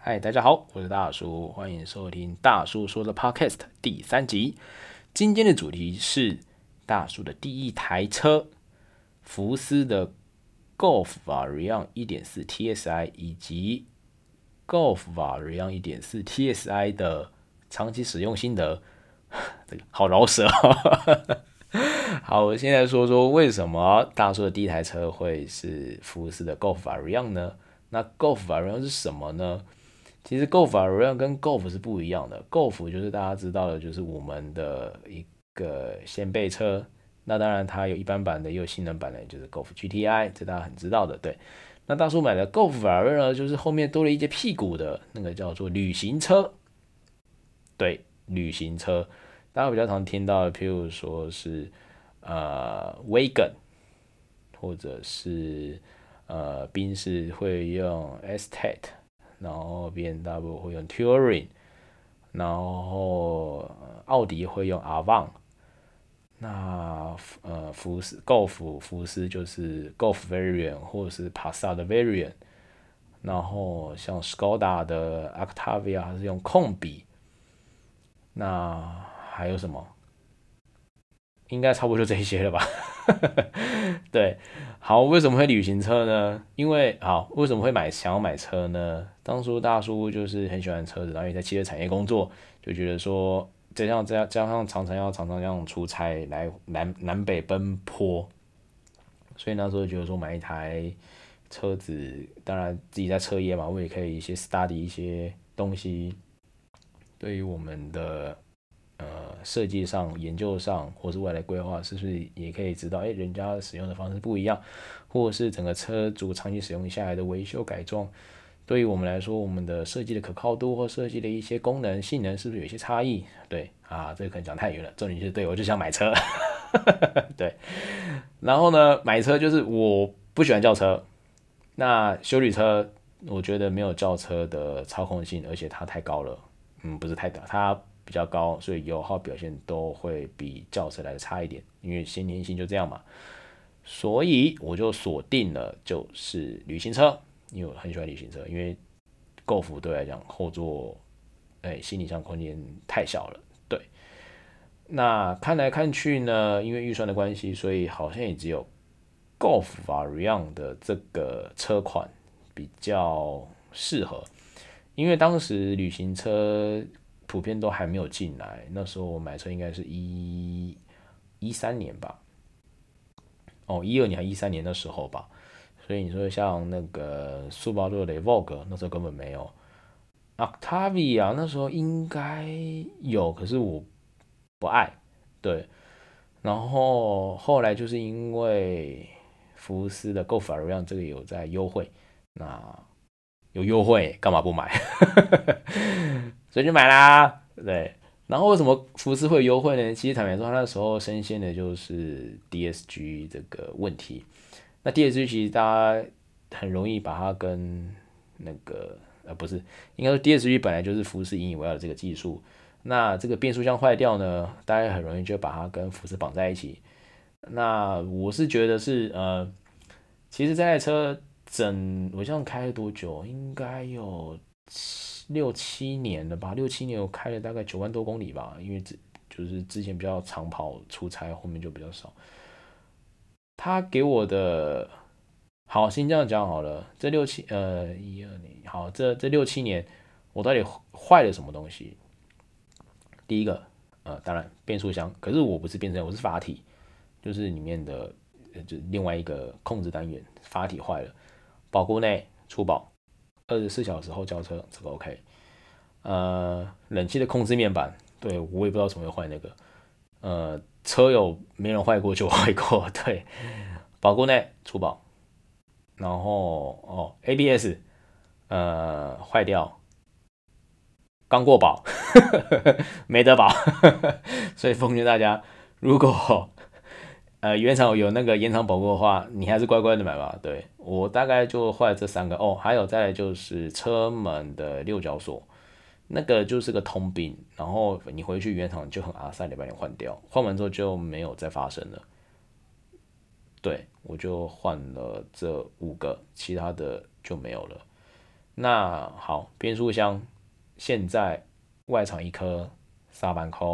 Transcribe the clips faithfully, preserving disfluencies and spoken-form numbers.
嗨，大家好，我是大叔，欢迎收听大叔说的 Podcast 第三集。今天的主题是大叔的第一台车，福斯的 Golf Variant 一点四 T S I 以及 Golf Variant 一点四 T S I 的长期使用心得。这个好饶舌哦。好，我现在说说为什么大叔的第一台车会是福斯的 Golf Variant 呢？那 Golf Variant 是什么呢？其实 Golf Variant 跟 Golf 是不一样的。Golf 就是大家知道的，就是我们的一个掀背车。那当然它有一般版的，也有性能版的，就是 Golf G T I， 这大家很知道的。对，那大叔买的 Golf Variant 呢，就是后面多了一节屁股的那个叫做旅行车。对，旅行车，大家比较常听到的，譬如说是呃 Wagon，或者是呃宾士会用 Estate，然后 B M W 会用 Touring，然后奥迪会用 Avant，那呃福斯 Golf 福斯就是 Golf Variant 或者是 Passat 的 Variant，然后像 Skoda 的 Octavia 还是用控笔，那还有什么？应该差不多就这些了吧。对，好，为什么会旅行车呢？因为好，为什么会买想要买车呢？当初大叔就是很喜欢车子，然后也在汽车产业工作，就觉得说，加上加加上常常要常常这样出差来南南北奔波，所以那时候觉得说买一台车子，当然自己在车业嘛，我也可以一些 study 一些东西，对于我们的呃设计上、研究上，或是未来规划，是不是也可以知道，哎，人家使用的方式不一样，或者是整个车主长期使用下来的维修改装，对于我们来说，我们的设计的可靠度或设计的一些功能、性能，是不是有一些差异？对啊，这个可能讲太远了。重点就是，对我就想买车。对，然后呢，买车就是我不喜欢轿车，那休旅车我觉得没有轿车的操控性，而且它太高了。嗯，不是太大，它比较高，所以油耗表现都会比轿车来的差一点，因为先天性就这样嘛。所以我就锁定了就是旅行车，因为我很喜欢旅行车，因为 Golf 对我来讲后座，哎，行李箱空间太小了。对，那看来看去呢，因为预算的关系，所以好像也只有 Golf Variant 的这个车款比较适合。因为当时旅行车普遍都还没有进来，那时候我买车应该是一一三年吧，哦，一二年还一三年的时候吧，所以你说像那个速巴鲁的 Evoque 那时候根本没有，Octavia 那时候应该有，可是我不爱，对，然后后来就是因为福斯的 Golf Variant 这个有在优惠，那有优惠干嘛不买？所以就买啦。对，然后为什么福斯会有优惠呢？其实坦白说，他那时候深陷的就是 D S G 这个问题。那 D S G 其实大家很容易把它跟那个呃不是，应该说 D S G 本来就是福斯引以为傲的这个技术。那这个变速箱坏掉呢，大家很容易就把它跟福斯绑在一起。那我是觉得是呃，其实这台车整我这样开了多久？应该有七六七年了吧？六七年我开了大概九万多公里吧，因为之就是之前比较长跑出差，后面就比较少。他给我的好，先这样讲好了。这六七呃一二年，好，这这六七年我到底坏了什么东西？第一个呃，当然变速箱，可是我不是变速箱，我是发体，就是里面的呃就另外一个控制单元发体坏了，保固内出保，二十四小时后交车，这个 OK。呃，冷气的控制面板，对我也不知道怎么会坏那个。呃，车友没人坏过就坏过，对，保固内出保，然后哦 A B S 呃坏掉，刚过保，没得保，所以奉劝大家，如果呃原厂有那个延长保固的话，你还是乖乖的买吧。对，我大概就坏这三个哦，还有再来就是车门的六角锁，那个就是个通病，然后你回去原厂就很阿塞的把你换掉，换完之后就没有再发生了。对，我就换了这五个，其他的就没有了。 那好，变速箱现在外厂一颗三万块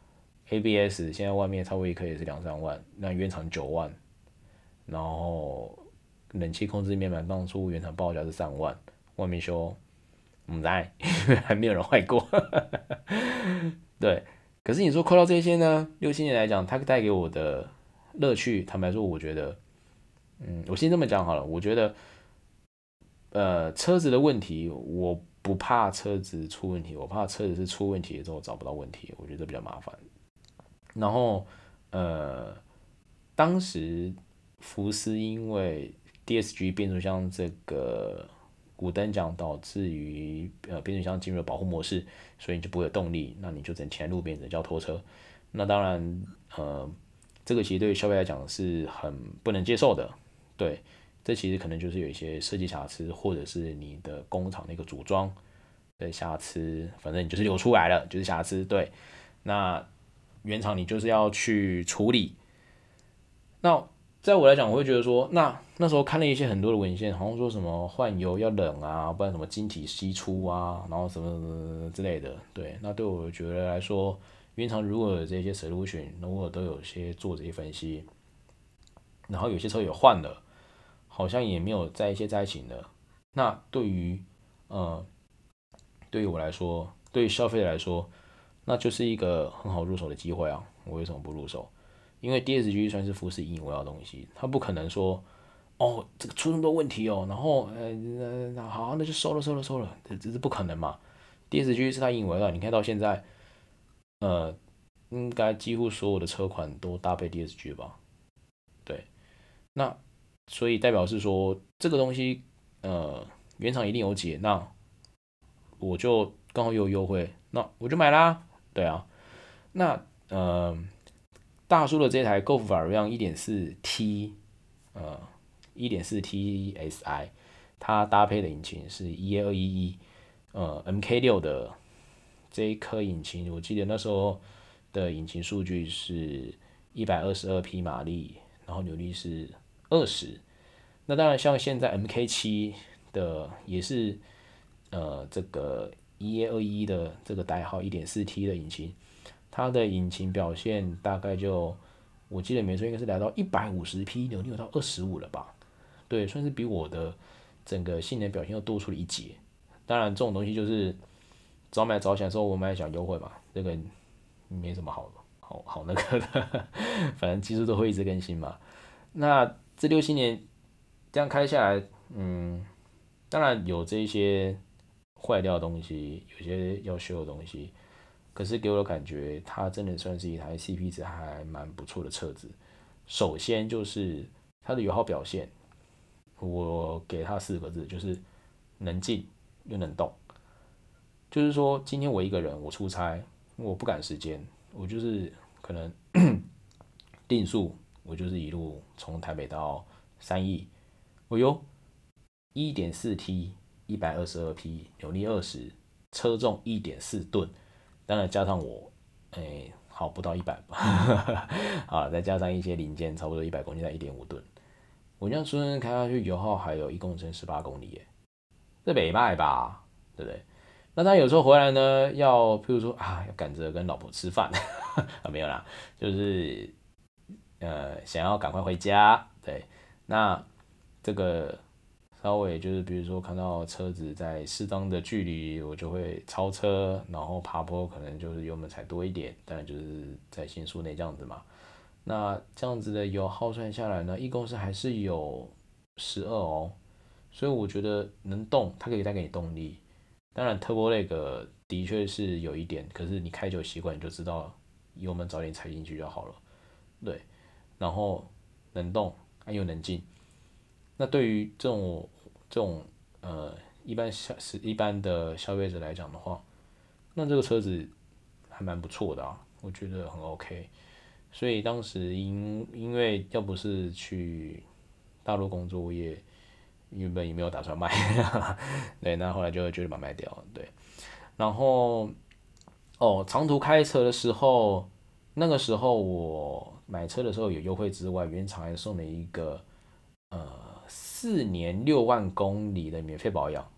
，A B S 现在外面差不多一颗也是两三万，那原厂九万，然后冷气控制面板当初原厂报价是三万，外面修唔知，还没有人坏过。对，可是你说扣到这些呢，六七年来讲，它带给我的乐趣，坦白说，我觉得，嗯，我先这么讲好了，我觉得，呃，车子的问题，我不怕车子出问题，我怕车子是出问题之后找不到问题，我觉得比较麻烦。然后，呃，当时福斯因为 D S G 变速箱这个五等奖导致于呃变速箱进入了保护模式，所以你就不会有动力，那你就只能停在路边，只能叫拖车。那当然，呃，这个其实对于消费来讲是很不能接受的。对，这其实可能就是有一些设计瑕疵，或者是你的工厂的一个组装的瑕疵，反正你就是流出来了，就是瑕疵。对，那原厂你就是要去处理。那在我来讲，我会觉得说，那那时候看了一些很多的文献，好像说什么换油要冷啊，不然什么晶体析出啊，然后什么什么之类的。对，那对我觉得来说，原厂如果有这些 solution，如果都有些做这些分析，然后有些车也换了，好像也没有在一些灾情的。那对于呃，对于我来说，对于消费者来说，那就是一个很好入手的机会啊！我为什么不入手？因为 D S G 算是福斯引以为傲的东西，它不可能说哦这个出那么多问题哦，然后呃呃好那就收了收了收了，这这是不可能嘛？D S G 是它引以为傲，你看到现在呃应该几乎所有的车款都搭配 D S G 吧？对，那所以代表是说这个东西呃原厂一定有解，那我就刚好有优惠，那我就买啦。对啊，那呃大叔的这台 Golf Variant 一点四 T，呃一点四 T S I，它搭配的引擎是 E A 二一一，呃 M K 六的这一颗引擎，我记得那时候的引擎数据是一百二十二匹马力，然后扭力是二十。那当然，像现在 M K 七的也是呃这个 E A 二一的这个代号 一点四 T 的引擎，它的引擎表现大概就我记得没错，应该是来到一百五十匹，扭力有到二十五了吧？对，算是比我的整个性能表现又多出了一截。当然，这种东西就是早买早享受，我买享优惠嘛，这个没什么好好好那个的，反正技术都会一直更新嘛。那这六七年这样开下来，嗯，当然有这些坏掉的东西，有些要修的东西，可是给我的感觉，它真的算是一台 C P 值还蛮不错的车子。首先就是它的油耗表现，我给它四个字，就是能静又能动。就是说，今天我一个人，我出差，我不赶时间，我就是可能定速，我就是一路从台北到三义，我有 一点四 T，一百二十二匹，扭力二十，车重一点四吨，当然加上我，哎，好不到一百吧，啊，再加上一些零件，差不多一百公斤在一点五吨，我这样顺顺开下去，油耗还有一公升十八公里耶，这没卖吧，对不对？那他有时候回来呢，要譬如说啊，要赶着跟老婆吃饭啊，没有啦，就是呃想要赶快回家，对，那这个稍微就是比如说看到车子在适当的距离，我就会超车，然后爬坡可能就是油门踩多一点，当然就是在限速内这样子嘛。那这样子的油耗算下来呢，一公升还是有十二哦，所以我觉得能动，它可以带给你动力。当然，Turbo Lag 的确是有一点，可是你开久习惯，你就知道油门早点踩进去就好了。对，然后能动，啊又能静。那对于这种这种呃一般消是一般的消费者来讲的话，那这个车子还蛮不错的啊，我觉得很 OK。所以当时因因为要不是去大陆工作，我也原本也没有打算卖，对，那后来就觉得把它卖掉，对。然后哦，长途开车的时候，那个时候我买车的时候有优惠之外，原厂还送了一个呃四年六万公里的免费保养。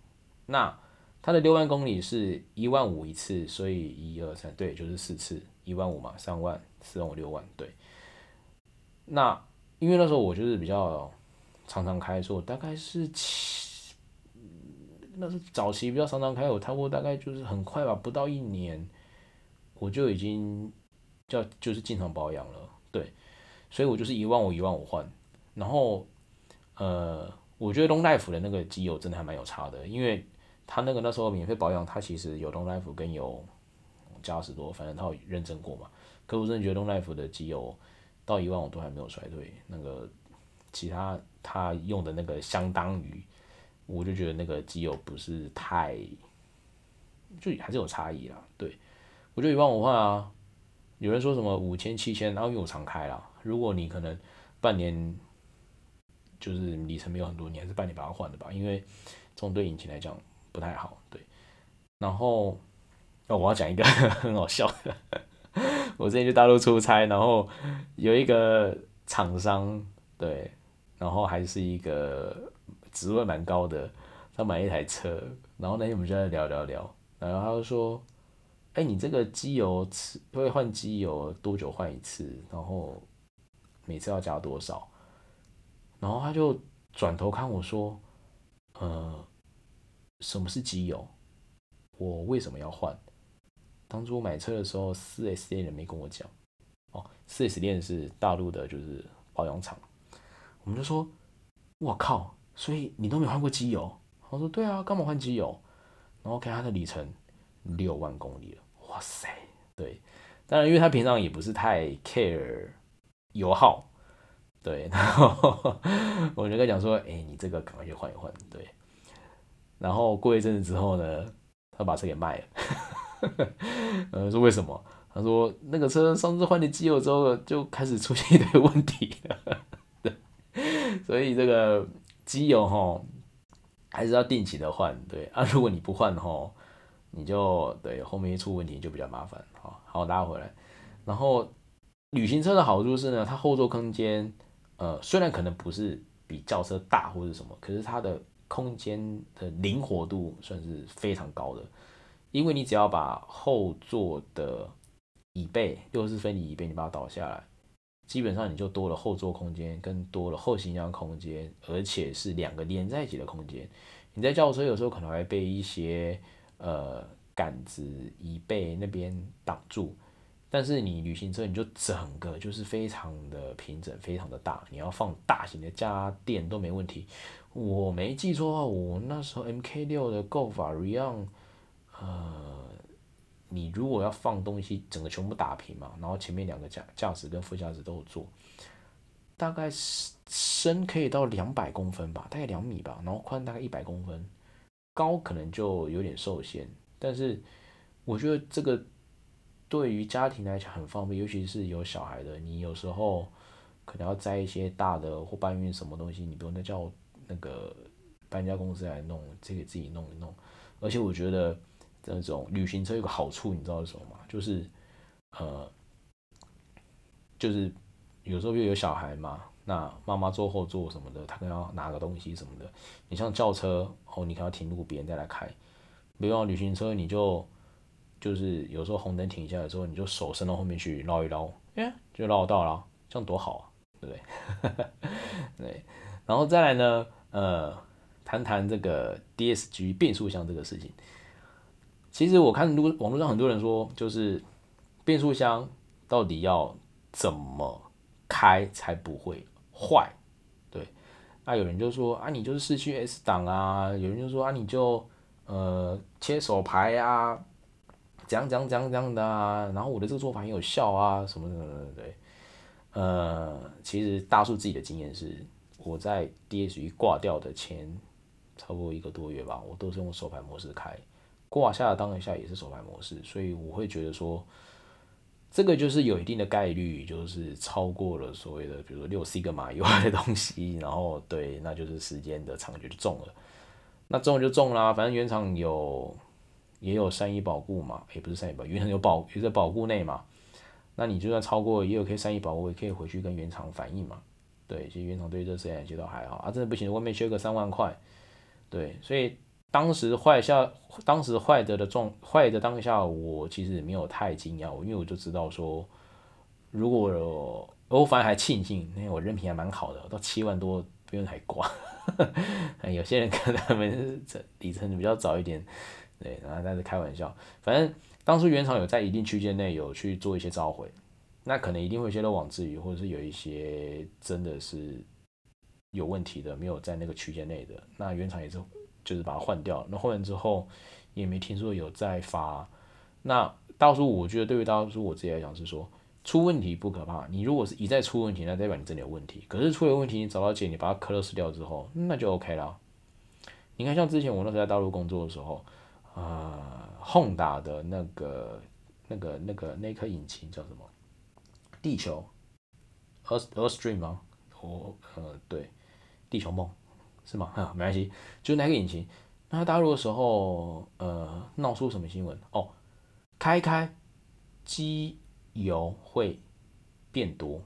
那它的六万公里是一万五一次，所以一二三，对，就是四次，一万五嘛，三万、四万五、六万，对。那因为那时候我就是比较常常开，所以我大概是七，那是早期比较常常开，我差不多大概就是很快吧，不到一年我就已经叫就是进场保养了，对，所以我就是一万五一万五换，然后呃，我觉得 Long Life 的那个机油真的还蛮有差的，因为它那个那时候免费保养，它其实有 Long Life 跟有嘉实多，反正它有认证过嘛。可我真的觉得 Long Life 的机油到一万我都还没有衰退，那个其他它用的那个相当于，我就觉得那个机油不是太，就还是有差异啦。对，我觉得一万五换啊，有人说什么五千七千，然后因为我常开啦，如果你可能半年就是里程没有很多，你还是半年把它换的吧，因为这种对引擎来讲不太好。对，然后哦，我要讲一个很好笑的，我之前去大陆出差，然后有一个厂商，对，然后还是一个职位蛮高的，他买一台车，然后那天我们就在聊聊聊，然后他就说，哎、欸你这个机油吃会换机油多久换一次？然后每次要加多少？然后他就转头看我说，呃，什么是机油？我为什么要换？当初买车的时候四 S 店人没跟我讲。哦，四 S 店是大陆的，就是保养厂。我们就说，我靠，所以你都没有换过机油？他说对啊，干嘛换机油？然后看他的里程六万公里了，哇塞，对。当然，因为他平常也不是太 care 油耗，对。然后我就跟他讲说，哎、欸，你这个赶快去换一换，对。然后过一阵子之后呢，他把车给卖了。呃，说为什么？他说那个车上次换了机油之后，就开始出现一堆问题了。对，所以这个机油哈还是要定期的换。对啊，如果你不换哈，你就对后面一出问题就比较麻烦。好，好拉回来。然后旅行车的好处是呢，它后座空间，呃，虽然可能不是比轿车大或者什么，可是它的空间的灵活度算是非常高的。因为你只要把后座的椅背，六十分离椅背，你把它倒下来，基本上你就多了后座空间，跟多了后行李箱空间，而且是两个连在一起的空间。你在轿车有时候可能会被一些呃杆子、椅背那边挡住，但是你旅行车你就整个就是非常的平整，非常的大，你要放大型的家电都没问题。我没记错的话，我那时候 M K 六的 Golf Arion。呃，你如果要放东西，整个全部打平嘛，然后前面两个驾驾驶跟副驾驶都有坐，大概深可以到两百公分吧，大概两米吧，然后宽大概一百公分，高可能就有点受限。但是我觉得这个对于家庭来讲很方便，尤其是有小孩的，你有时候可能要载一些大的或搬运什么东西，你不用再叫那个搬家公司来弄，这个自己弄一弄。而且我觉得这种旅行车有个好处，你知道是什么吗？就是呃，就是有时候又有小孩嘛，那妈妈坐后座什么的，她可能要拿个东西什么的。你像轿车哦，你可能要停路边再来开，不用旅行车你就就是有时候红灯停下来之后，你就手伸到后面去捞一捞，哎，就捞到了，这样多好啊，对不对？对，然后再来呢，呃，谈谈这个 D S G 变速箱这个事情。其实我看路网络上很多人说，就是变速箱到底要怎么开才不会坏？对，啊有人就说啊你就是失去 S 档啊，有人就说啊你就呃切手排啊，怎样怎样怎样怎样的啊，然后我的这个做法很有效啊，什么什么的，对，呃，其实大叔自己的经验是，我在 D S G 挂掉的前差不多一个多月吧，我都是用手排模式开。挂下的当一下也是手排模式，所以我会觉得说，这个就是有一定的概率，就是超过了所谓的，比如说六 C 个码以外的东西，然后对，那就是时间的长久就中了，那中了就中啦，反正原厂有也有善意保固嘛，也不是善意保，原厂有保也在保固内嘛，那你就算超过也有可以善意保固，也可以回去跟原厂反映嘛，对，其实原厂对这事情其实都还好啊，真的不行，外面缺个三万块，对，所以当时坏下，当时坏的的状坏的当下，我其实也没有太惊讶，因为我就知道说，如果我我反而还庆幸，因为我人品还蛮好的，到七万多不用还挂。有些人可能他们里程比较早一点，对，然后但是开玩笑，反正当初原厂有在一定区间内有去做一些召回，那可能一定会有些漏网之鱼，或者是有一些真的是有问题的，没有在那个区间内的，那原厂也是就是把它换掉。那换完之后也没听说有再发。那大叔，我觉得对于大叔我自己来讲是说，出问题不可怕，你如果是一再出问题，那代表你真的有问题。可是出了问题，你找到解，你把它 close 掉之后，那就 OK 啦。你看，像之前我那时候在大陆工作的时候，呃，Honda 的那个、那个、那个那颗引擎叫什么？地球 Earth Earthstream 吗？我呃对，地球梦是吗？啊，没关系，就是那个引擎。那他大陆的时候，呃，闹出什么新闻？哦，开开机油会变多。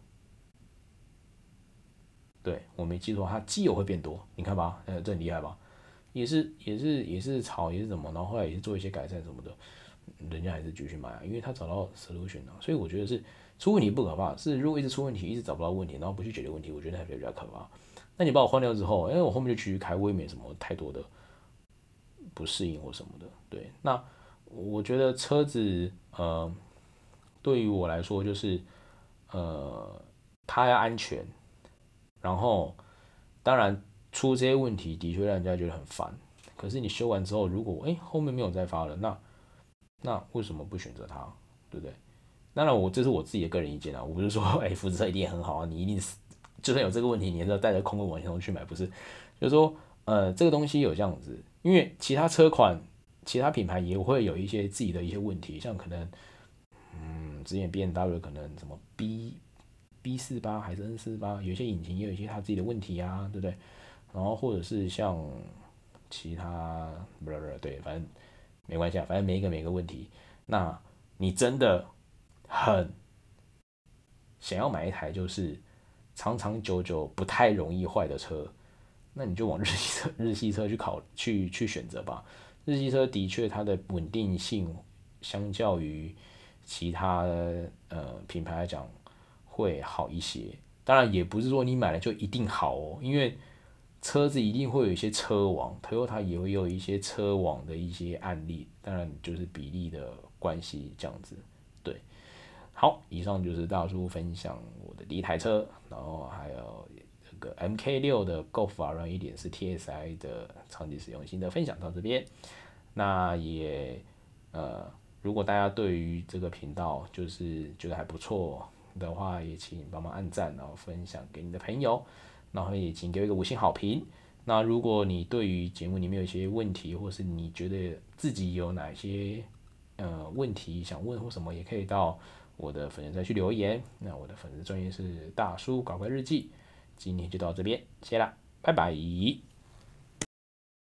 对我没记错，它机油会变多。你看吧，呃，这很厉害吧？也是也是也是炒也是怎么，然后后来也是做一些改善什么的，人家还是继续买啊，因为他找到 solution 啊，所以我觉得是出问题不可怕，是如果一直出问题，一直找不到问题，然后不去解决问题，我觉得还比较可怕。那你把我换掉之后，因为我后面就继续开，我也没什么太多的不适应或什么的。对，那我觉得车子呃，对于我来说就是呃，它要安全，然后当然出这些问题的确让人家觉得很烦。可是你修完之后，如果哎后面没有再发了，那那为什么不选择它？对不对？当然我这是我自己的个人意见啊，我不是说哎福士车一定很好啊，你一定是就算有这个问题，你也要带着空空往前头去买，不是？就是说呃这个东西有这样子，因为其他车款、其他品牌也会有一些自己的一些问题，像可能嗯之前 B M W 可能什么 B B 四八还是 N 四八，有一些引擎也有一些它自己的问题啊，对不对？然后或者是像其他不是不是对，反正没关系啊，反正每一个每一个问题，那你真的很想要买一台就是长长久久不太容易坏的车，那你就往日系车日系车去考去去选择吧。日系车的确它的稳定性相较于其他呃品牌来讲会好一些。当然也不是说你买了就一定好哦，因为车子一定会有一些车网，Toyota 也会有一些车网的一些案例，当然就是比例的关系这样子。对，好，以上就是大叔分享我的第一台车，然后还有这个 M K 六的 Golf R 一点四 T S I 的长期使用心得分享到这边。那也呃，如果大家对于这个频道就是觉得还不错的话，也请帮忙按赞，然后分享给你的朋友，然后也请给我一个五星好评。那如果你对于节目里面有一些问题，或是你觉得自己有哪些呃问题想问或什么，也可以到我的粉丝专去留言。那我的粉丝专业是大叔搞怪日记。今天就到这边，谢啦，拜拜。